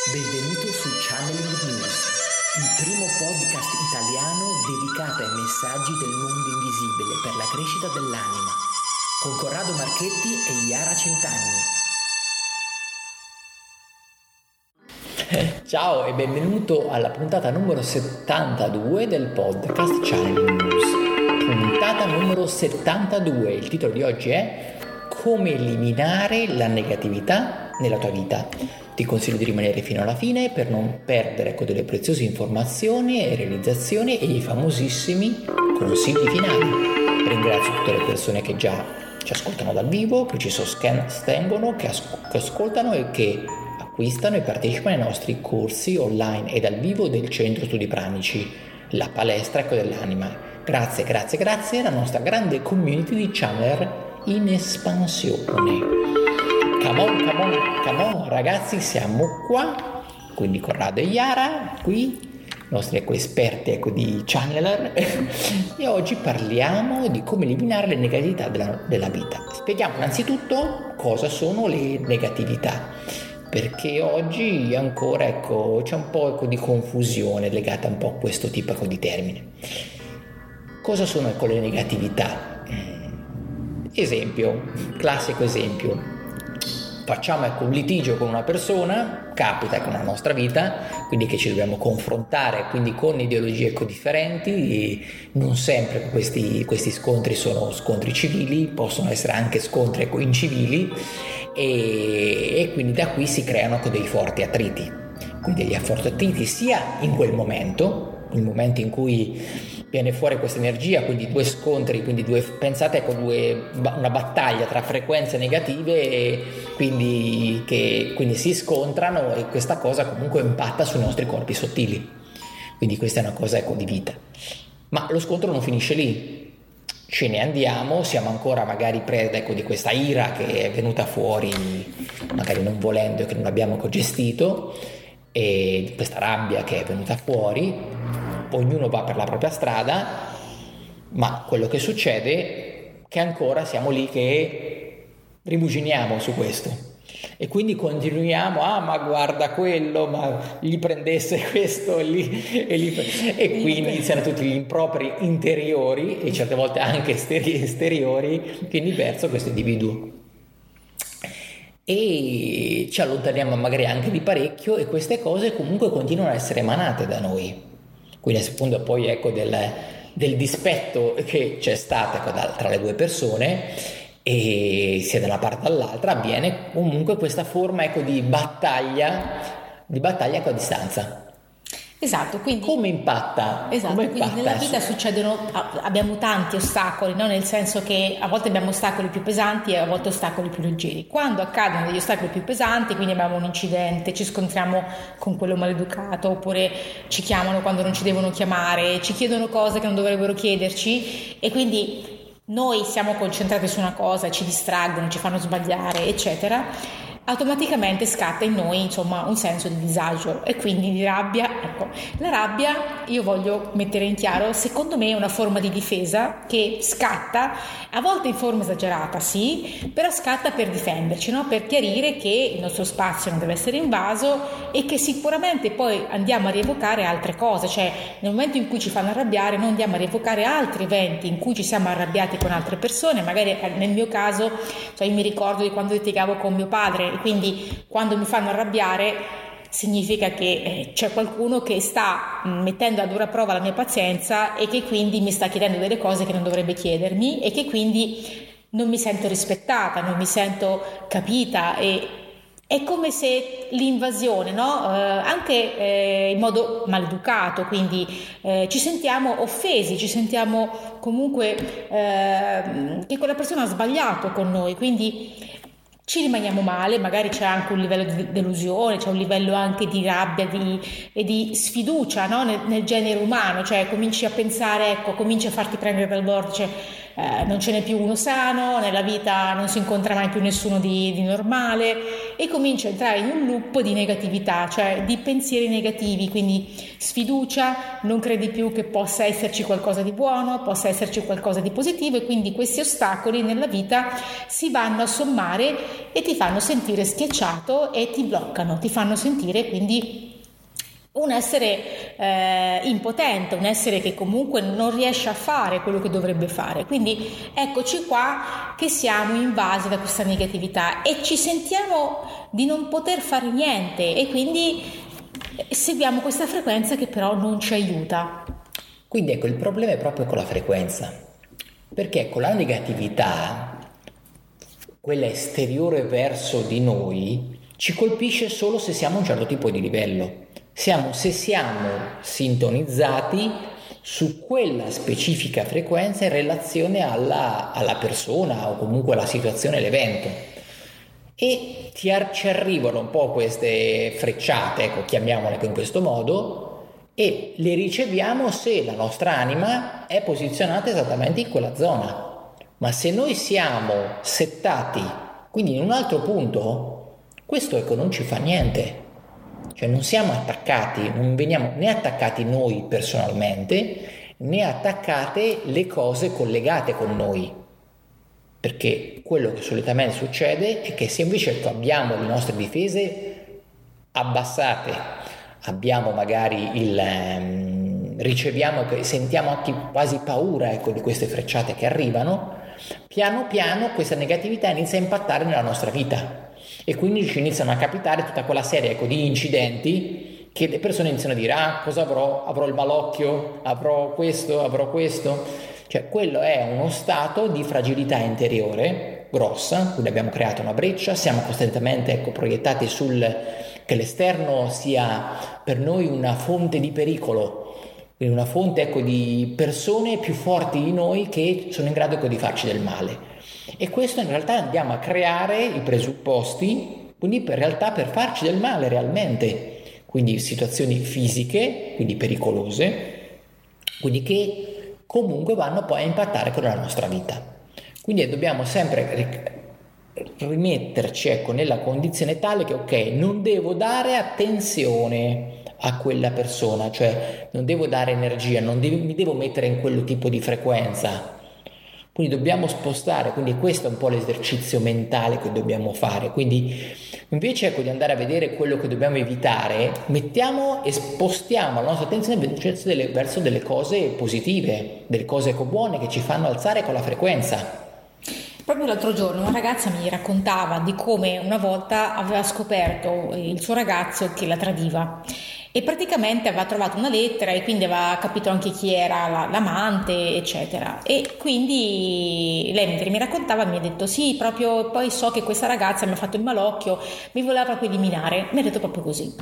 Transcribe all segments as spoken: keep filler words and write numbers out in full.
Benvenuto su Channeling News, il primo podcast italiano dedicato ai messaggi del mondo invisibile per la crescita dell'anima, con Corrado Marchetti e Yara Centanni. Ciao e benvenuto alla puntata numero settantadue del podcast Channeling News. Puntata numero settantadue, il titolo di oggi è Come eliminare la negatività nella tua vita. Ti consiglio di rimanere fino alla fine per non perdere con delle preziose informazioni e realizzazioni e i famosissimi consigli finali. Ringrazio tutte le persone che già ci ascoltano dal vivo, che ci sostengono, che, as- che ascoltano e che acquistano e partecipano ai nostri corsi online e dal vivo del Centro Studi Pranici, la palestra Ecco dell'Anima. Grazie, grazie, grazie alla nostra grande community di channeler in espansione. Come on, come on, come on, ragazzi, siamo qua, quindi Corrado e Yara, qui, i nostri ecco, esperti ecco, di channeler, e oggi parliamo di come eliminare le negatività della, della vita. Spieghiamo innanzitutto cosa sono le negatività, perché oggi ancora ecco, c'è un po' ecco, di confusione legata un po' a questo tipo ecco, di termine. Cosa sono ecco, le negatività? Esempio, classico esempio. Facciamo ecco, un litigio con una persona, capita ecco, nella nostra vita, quindi che ci dobbiamo confrontare quindi con ideologie ecco, differenti. Non sempre questi, questi scontri sono scontri civili, possono essere anche scontri ecco, incivili e, e quindi da qui si creano ecco, dei forti attriti, quindi degli forti attriti sia in quel momento, il momento in cui viene fuori questa energia, quindi due scontri, quindi due, pensate ecco due, una battaglia tra frequenze negative e quindi che quindi si scontrano e questa cosa comunque impatta sui nostri corpi sottili, quindi questa è una cosa ecco di vita. Ma lo scontro non finisce lì, ce ne andiamo, siamo ancora magari preda ecco di questa ira che è venuta fuori magari non volendo e che non abbiamo ecco, gestito, e di questa rabbia che è venuta fuori. Ognuno va per la propria strada, ma quello che succede è che ancora siamo lì che rimuginiamo su questo e quindi continuiamo, ah ma guarda quello, ma gli prendesse questo e, lì, e, lì, e quindi iniziano tutti gli improperi interiori e certe volte anche esteriori quindi verso questo individuo. E ci allontaniamo magari anche di parecchio e queste cose comunque continuano a essere emanate da noi. Quindi a questo punto poi ecco del, del dispetto che c'è stato ecco, da, tra le due persone e sia da una parte dall'altra avviene comunque questa forma ecco, di battaglia di battaglia ecco, a distanza. Esatto, quindi come impatta? Esatto, come quindi impatta nella vita su... succedono, abbiamo tanti ostacoli, no? Nel senso che a volte abbiamo ostacoli più pesanti e a volte ostacoli più leggeri. Quando accadono degli ostacoli più pesanti, quindi abbiamo un incidente, ci scontriamo con quello maleducato, oppure ci chiamano quando non ci devono chiamare, ci chiedono cose che non dovrebbero chiederci e quindi noi siamo concentrati su una cosa, ci distraggono, ci fanno sbagliare, eccetera. Automaticamente scatta in noi insomma un senso di disagio e quindi di rabbia. Ecco, la rabbia io voglio mettere in chiaro, secondo me è una forma di difesa che scatta a volte in forma esagerata, sì, però scatta per difenderci, no? Per chiarire che il nostro spazio non deve essere invaso e che sicuramente poi andiamo a rievocare altre cose, cioè nel momento in cui ci fanno arrabbiare noi andiamo a rievocare altri eventi in cui ci siamo arrabbiati con altre persone, magari nel mio caso cioè io mi ricordo di quando litigavo con mio padre e quindi quando mi fanno arrabbiare significa che eh, c'è qualcuno che sta mh, mettendo a dura prova la mia pazienza e che quindi mi sta chiedendo delle cose che non dovrebbe chiedermi e che quindi non mi sento rispettata, non mi sento capita e è come se l'invasione, no? eh, anche eh, in modo maleducato, quindi eh, ci sentiamo offesi, ci sentiamo comunque eh, che quella persona ha sbagliato con noi, quindi ci rimaniamo male, magari c'è anche un livello di delusione, c'è un livello anche di rabbia di, e di sfiducia, no? nel, nel genere umano, cioè cominci a pensare, ecco, cominci a farti prendere dal vortice, eh, non ce n'è più uno sano, nella vita non si incontra mai più nessuno di, di normale, e comincia a entrare in un loop di negatività, cioè di pensieri negativi, quindi sfiducia, non credi più che possa esserci qualcosa di buono, possa esserci qualcosa di positivo, e quindi questi ostacoli nella vita si vanno a sommare e ti fanno sentire schiacciato e ti bloccano, ti fanno sentire quindi un essere eh, impotente, un essere che comunque non riesce a fare quello che dovrebbe fare. Quindi eccoci qua che siamo invasi da questa negatività e ci sentiamo di non poter fare niente, e quindi seguiamo questa frequenza che però non ci aiuta. Quindi ecco, il problema è proprio con la frequenza, perché con la negatività, quella esteriore verso di noi, ci colpisce solo se siamo a un certo tipo di livello. Siamo, se siamo sintonizzati su quella specifica frequenza in relazione alla, alla persona o comunque alla situazione, l'evento, e ti ar- ci arrivano un po' queste frecciate, ecco, chiamiamole in questo modo, e le riceviamo se la nostra anima è posizionata esattamente in quella zona. Ma se noi siamo settati quindi in un altro punto, questo ecco non ci fa niente. Cioè non siamo attaccati, non veniamo né attaccati noi personalmente, né attaccate le cose collegate con noi, perché quello che solitamente succede è che se invece abbiamo le nostre difese abbassate, abbiamo magari il um, riceviamo, sentiamo anche quasi paura, ecco, di queste frecciate che arrivano, piano piano questa negatività inizia a impattare nella nostra vita. E quindi ci iniziano a capitare tutta quella serie, ecco, di incidenti che le persone iniziano a dire: ah, cosa avrò? Avrò il malocchio? Avrò questo? Avrò questo? Cioè quello è uno stato di fragilità interiore grossa, quindi abbiamo creato una breccia, siamo costantemente, ecco, proiettati sul che l'esterno sia per noi una fonte di pericolo, quindi una fonte, ecco, di persone più forti di noi che sono in grado, ecco, di farci del male. E questo in realtà andiamo a creare i presupposti, quindi per realtà per farci del male realmente, quindi situazioni fisiche, quindi pericolose, quindi che comunque vanno poi a impattare con la nostra vita. Quindi dobbiamo sempre rimetterci, ecco, nella condizione tale che ok, non devo dare attenzione a quella persona, cioè non devo dare energia, non devo, mi devo mettere in quel tipo di frequenza. Quindi dobbiamo spostare, quindi questo è un po' l'esercizio mentale che dobbiamo fare. Quindi invece, ecco, di andare a vedere quello che dobbiamo evitare, mettiamo e spostiamo la nostra attenzione verso delle, verso delle cose positive, delle cose, ecco, buone che ci fanno alzare con la frequenza. Proprio l'altro giorno una ragazza mi raccontava di come una volta aveva scoperto il suo ragazzo che la tradiva. E praticamente aveva trovato una lettera e quindi aveva capito anche chi era la, l'amante, eccetera. E quindi lei, mentre mi raccontava, mi ha detto: sì, proprio poi so che questa ragazza mi ha fatto il malocchio, mi voleva proprio eliminare. Mi ha detto proprio così.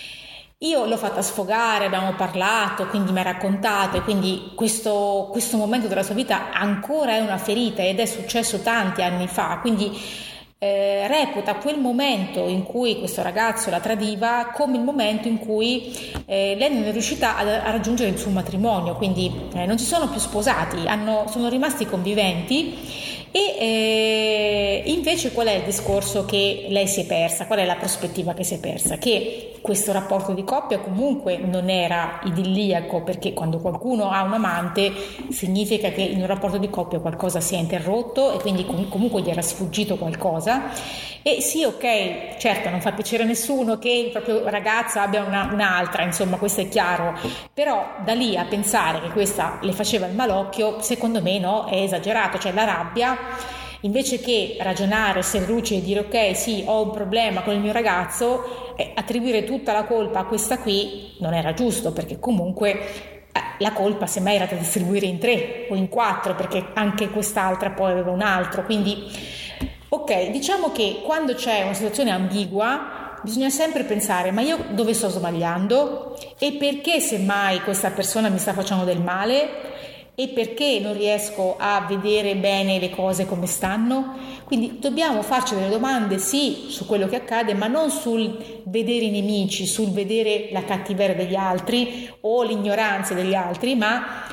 Io l'ho fatta sfogare, abbiamo parlato, quindi mi ha raccontato, e quindi questo, questo momento della sua vita ancora è una ferita ed è successo tanti anni fa, quindi Eh, reputa quel momento in cui questo ragazzo la tradiva come il momento in cui eh, lei non è riuscita a, a raggiungere il suo matrimonio, quindi eh, non si sono più sposati, hanno, sono rimasti conviventi. E eh, invece qual è il discorso che lei si è persa? Qual è la prospettiva che si è persa? Che questo rapporto di coppia comunque non era idilliaco, perché quando qualcuno ha un amante significa che in un rapporto di coppia qualcosa si è interrotto e quindi com- comunque gli era sfuggito qualcosa. E sì, ok, certo, non fa piacere a nessuno che il proprio ragazzo abbia una, un'altra, insomma, questo è chiaro, però da lì a pensare che questa le faceva il malocchio, secondo me no, è esagerato. Cioè la rabbia, invece che ragionare, essere lucidi e dire ok, sì, ho un problema con il mio ragazzo, eh, attribuire tutta la colpa a questa qui non era giusto, perché comunque eh, la colpa semmai era da distribuire in tre o in quattro, perché anche quest'altra poi aveva un altro. Quindi ok, diciamo che quando c'è una situazione ambigua bisogna sempre pensare: ma io dove sto sbagliando? E perché semmai questa persona mi sta facendo del male? E perché non riesco a vedere bene le cose come stanno? Quindi dobbiamo farci delle domande, sì, su quello che accade, ma non sul vedere i nemici, sul vedere la cattiveria degli altri o l'ignoranza degli altri, ma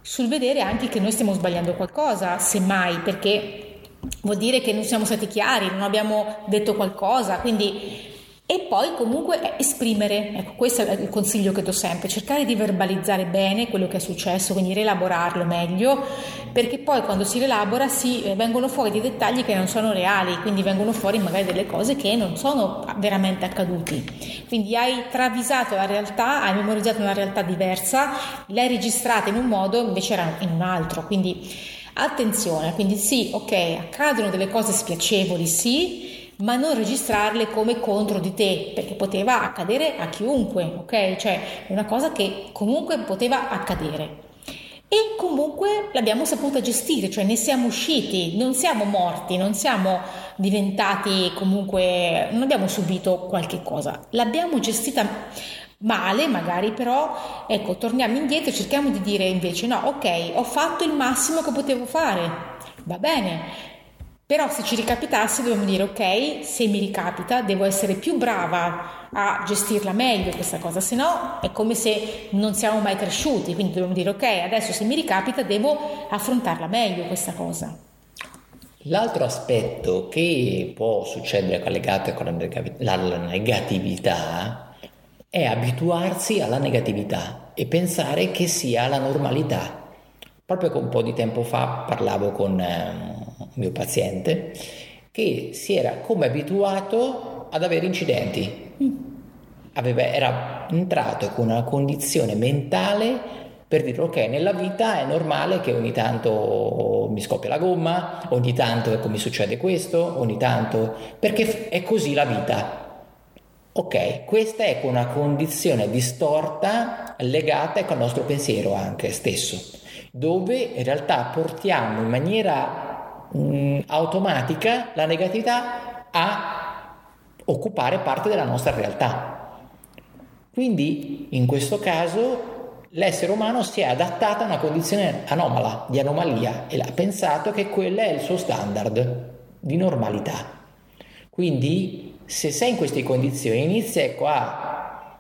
sul vedere anche che noi stiamo sbagliando qualcosa, semmai, perché vuol dire che non siamo stati chiari, non abbiamo detto qualcosa, quindi... E poi comunque esprimere, ecco, questo è il consiglio che do sempre, cercare di verbalizzare bene quello che è successo, quindi rielaborarlo meglio, perché poi quando si rielabora si vengono fuori dei dettagli che non sono reali, quindi vengono fuori magari delle cose che non sono veramente accaduti. Quindi hai travisato la realtà, hai memorizzato una realtà diversa, l'hai registrata in un modo, invece era in un altro, quindi attenzione, quindi sì, ok, accadono delle cose spiacevoli, sì, ma non registrarle come contro di te, perché poteva accadere a chiunque, ok? Cioè è una cosa che comunque poteva accadere e comunque l'abbiamo saputa gestire, cioè ne siamo usciti, non siamo morti, non siamo diventati comunque, non abbiamo subito qualche cosa, l'abbiamo gestita male magari, però ecco, torniamo indietro e cerchiamo di dire invece no, ok, ho fatto il massimo che potevo fare, va bene. Però se ci ricapitasse dobbiamo dire ok, se mi ricapita devo essere più brava a gestirla meglio questa cosa, se no è come se non siamo mai cresciuti, quindi dobbiamo dire ok, adesso se mi ricapita devo affrontarla meglio questa cosa. L'altro aspetto che può succedere collegato con la negatività è abituarsi alla negatività e pensare che sia la normalità. Proprio un po' di tempo fa parlavo con un mio paziente che si era come abituato ad avere incidenti. Aveva, era entrato con una condizione mentale per dire ok, nella vita è normale che ogni tanto mi scoppia la gomma, ogni tanto ecco, mi succede questo, ogni tanto, perché è così la vita. Ok, questa è una condizione distorta legata al nostro pensiero anche stesso, dove in realtà portiamo in maniera mh, automatica la negatività a occupare parte della nostra realtà. Quindi in questo caso l'essere umano si è adattato a una condizione anomala, di anomalia, e ha pensato che quello è il suo standard di normalità. Quindi se sei in queste condizioni inizia ecco, a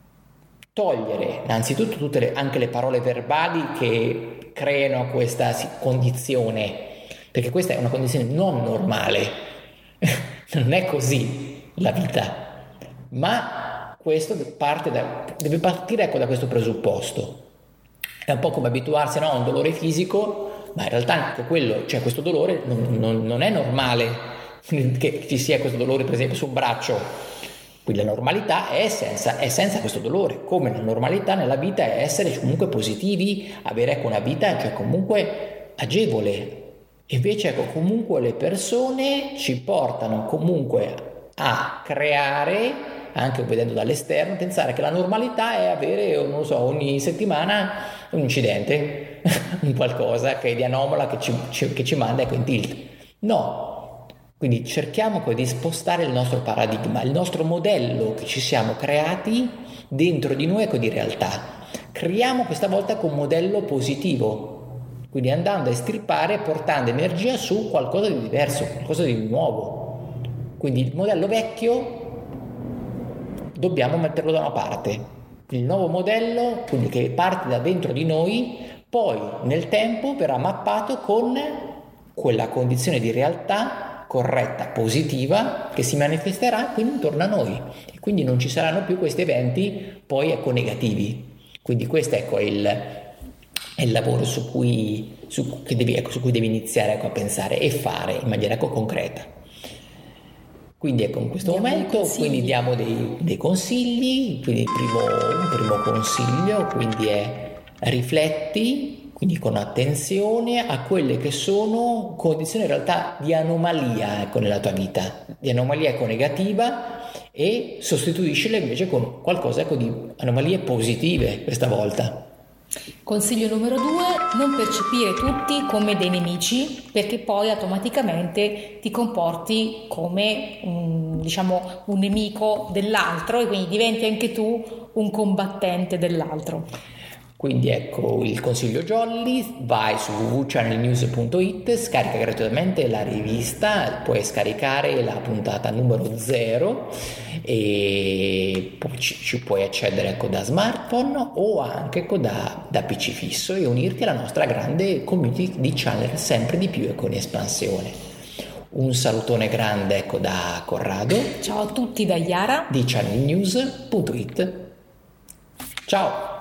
togliere innanzitutto tutte le, anche le parole verbali che creano questa condizione, perché questa è una condizione non normale, non è così la vita, ma questo parte da, deve partire ecco, da questo presupposto. È un po' come abituarsi no, a un dolore fisico, ma in realtà anche quello, cioè questo dolore non, non, non è normale che ci sia questo dolore per esempio sul braccio. Quindi la normalità è senza, è senza questo dolore, come la normalità nella vita è essere comunque positivi, avere ecco, una vita cioè comunque agevole. Invece ecco, comunque le persone ci portano comunque a creare, anche vedendo dall'esterno, pensare che la normalità è avere, non lo so, ogni settimana un incidente, un qualcosa che è di anomala che ci, ci, che ci manda ecco, in tilt. No. Quindi cerchiamo poi di spostare il nostro paradigma, il nostro modello che ci siamo creati dentro di noi ecco, di realtà. Creiamo questa volta con un modello positivo, quindi andando a estirpare, portando energia su qualcosa di diverso, qualcosa di nuovo. Quindi il modello vecchio dobbiamo metterlo da una parte. Il nuovo modello, quindi che parte da dentro di noi, poi nel tempo verrà mappato con quella condizione di realtà corretta, positiva, che si manifesterà quindi intorno a noi e quindi non ci saranno più questi eventi poi ecco negativi. Quindi questo ecco, è, il, è il lavoro su cui, su, che devi, ecco, su cui devi iniziare ecco, a pensare e fare in maniera ecco, concreta. Quindi ecco in questo diamo momento quindi diamo dei, dei consigli, quindi il primo, un primo consiglio quindi è rifletti quindi con attenzione a quelle che sono condizioni in realtà di anomalia ecco, nella tua vita, di anomalia ecco, negativa e sostituiscile invece con qualcosa ecco, di anomalie positive questa volta. Consiglio numero due, non percepire tutti come dei nemici perché poi automaticamente ti comporti come un, diciamo, un nemico dell'altro e quindi diventi anche tu un combattente dell'altro. Quindi ecco il consiglio jolly: vai su w w w punto channel news punto i t, scarica gratuitamente la rivista, puoi scaricare la puntata numero zero e poi ci, ci puoi accedere ecco da smartphone o anche ecco da, da P C fisso e unirti alla nostra grande community di channel sempre di più e con espansione. Un salutone grande ecco da Corrado. Ciao a tutti da Iara di channel news punto i t. Ciao!